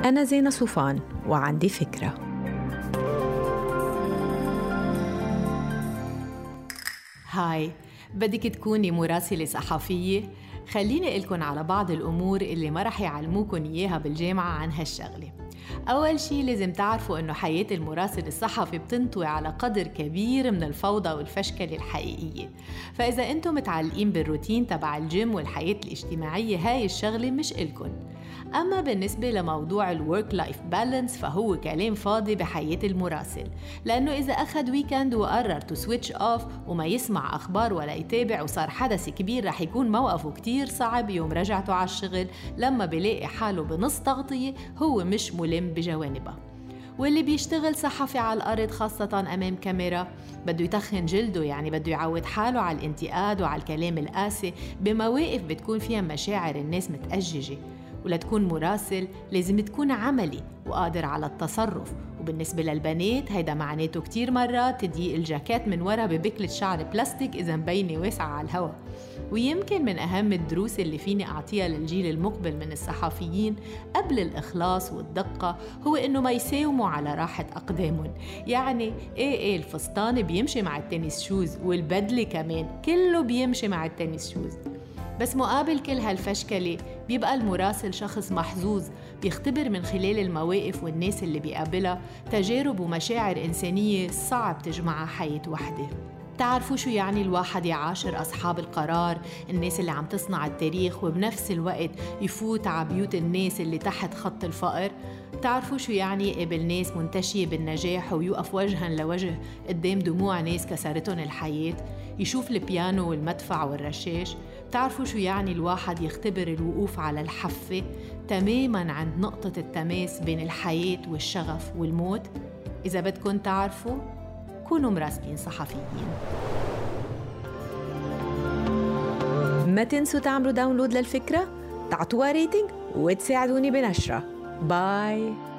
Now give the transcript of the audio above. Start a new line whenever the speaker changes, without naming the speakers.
أنا زينة صوفان وعندي فكرة.
هاي، بدك تكوني مراسلة صحفية؟ خليني أقلكن على بعض الأمور اللي ما رح يعلموكن إياها بالجامعة عن هالشغلة. أول شي لازم تعرفوا إنه حياة المراسل الصحفي بتنطوي على قدر كبير من الفوضى والفشكلة الحقيقية، فإذا أنتم متعلقين بالروتين تبع الجيم والحياة الاجتماعية هاي الشغلة مش إلكن. أما بالنسبة لموضوع الورك لايف بالانس فهو كلام فاضي بحياة المراسل، لأنه إذا أخذ ويكند وقرر تو سويتش أوف وما يسمع أخبار ولا يتابع وصار حدث كبير رح يكون موقفه كتير صعب يوم رجعته على الشغل لما بيلاقي حاله بنص تغطية هو مش ملم بجوانبها. واللي بيشتغل صحفي على الأرض خاصة أمام كاميرا بده يتخن جلده، يعني بده يعود حاله على الانتقاد وعلى الكلام القاسي بمواقف بتكون فيها مشاعر الناس متأججة. ولتكون مراسل لازم تكون عملي وقادر على التصرف، وبالنسبة للبنات هيدا معناته كتير مرات تضييق الجاكيت من ورا ببكلة شعر بلاستيك إذا مبينة واسعة على الهوا. ويمكن من أهم الدروس اللي فيني أعطيها للجيل المقبل من الصحفيين قبل الإخلاص والدقة هو إنه ما يساوموا على راحة أقدامهم. يعني إيه الفستان بيمشي مع التنس شوز والبدلة كمان كله بيمشي مع التنس شوز. بس مقابل كل هالفشكلة بيبقى المراسل شخص محظوظ بيختبر من خلال المواقف والناس اللي بيقابلها تجارب ومشاعر إنسانية صعب تجمعها حياة وحدة. تعرفوا شو يعني الواحد يعاشر أصحاب القرار، الناس اللي عم تصنع التاريخ وبنفس الوقت يفوت على بيوت الناس اللي تحت خط الفقر؟ تعرفوا شو يعني يقابل ناس منتشية بالنجاح ويوقف وجها لوجه قدام دموع ناس كسرتهم الحياة؟ يشوف البيانو والمدفع والرشاش؟ تعرفوا شو يعني الواحد يختبر الوقوف على الحفة تماماً عند نقطة التماس بين الحياة والشغف والموت؟ إذا بدكن تعرفوا كونوا مراسلين صحفيين.
ما تنسوا تعملوا داونلود للفكرة، تعطوها ريتنج وتساعدوني بنشرة. باي.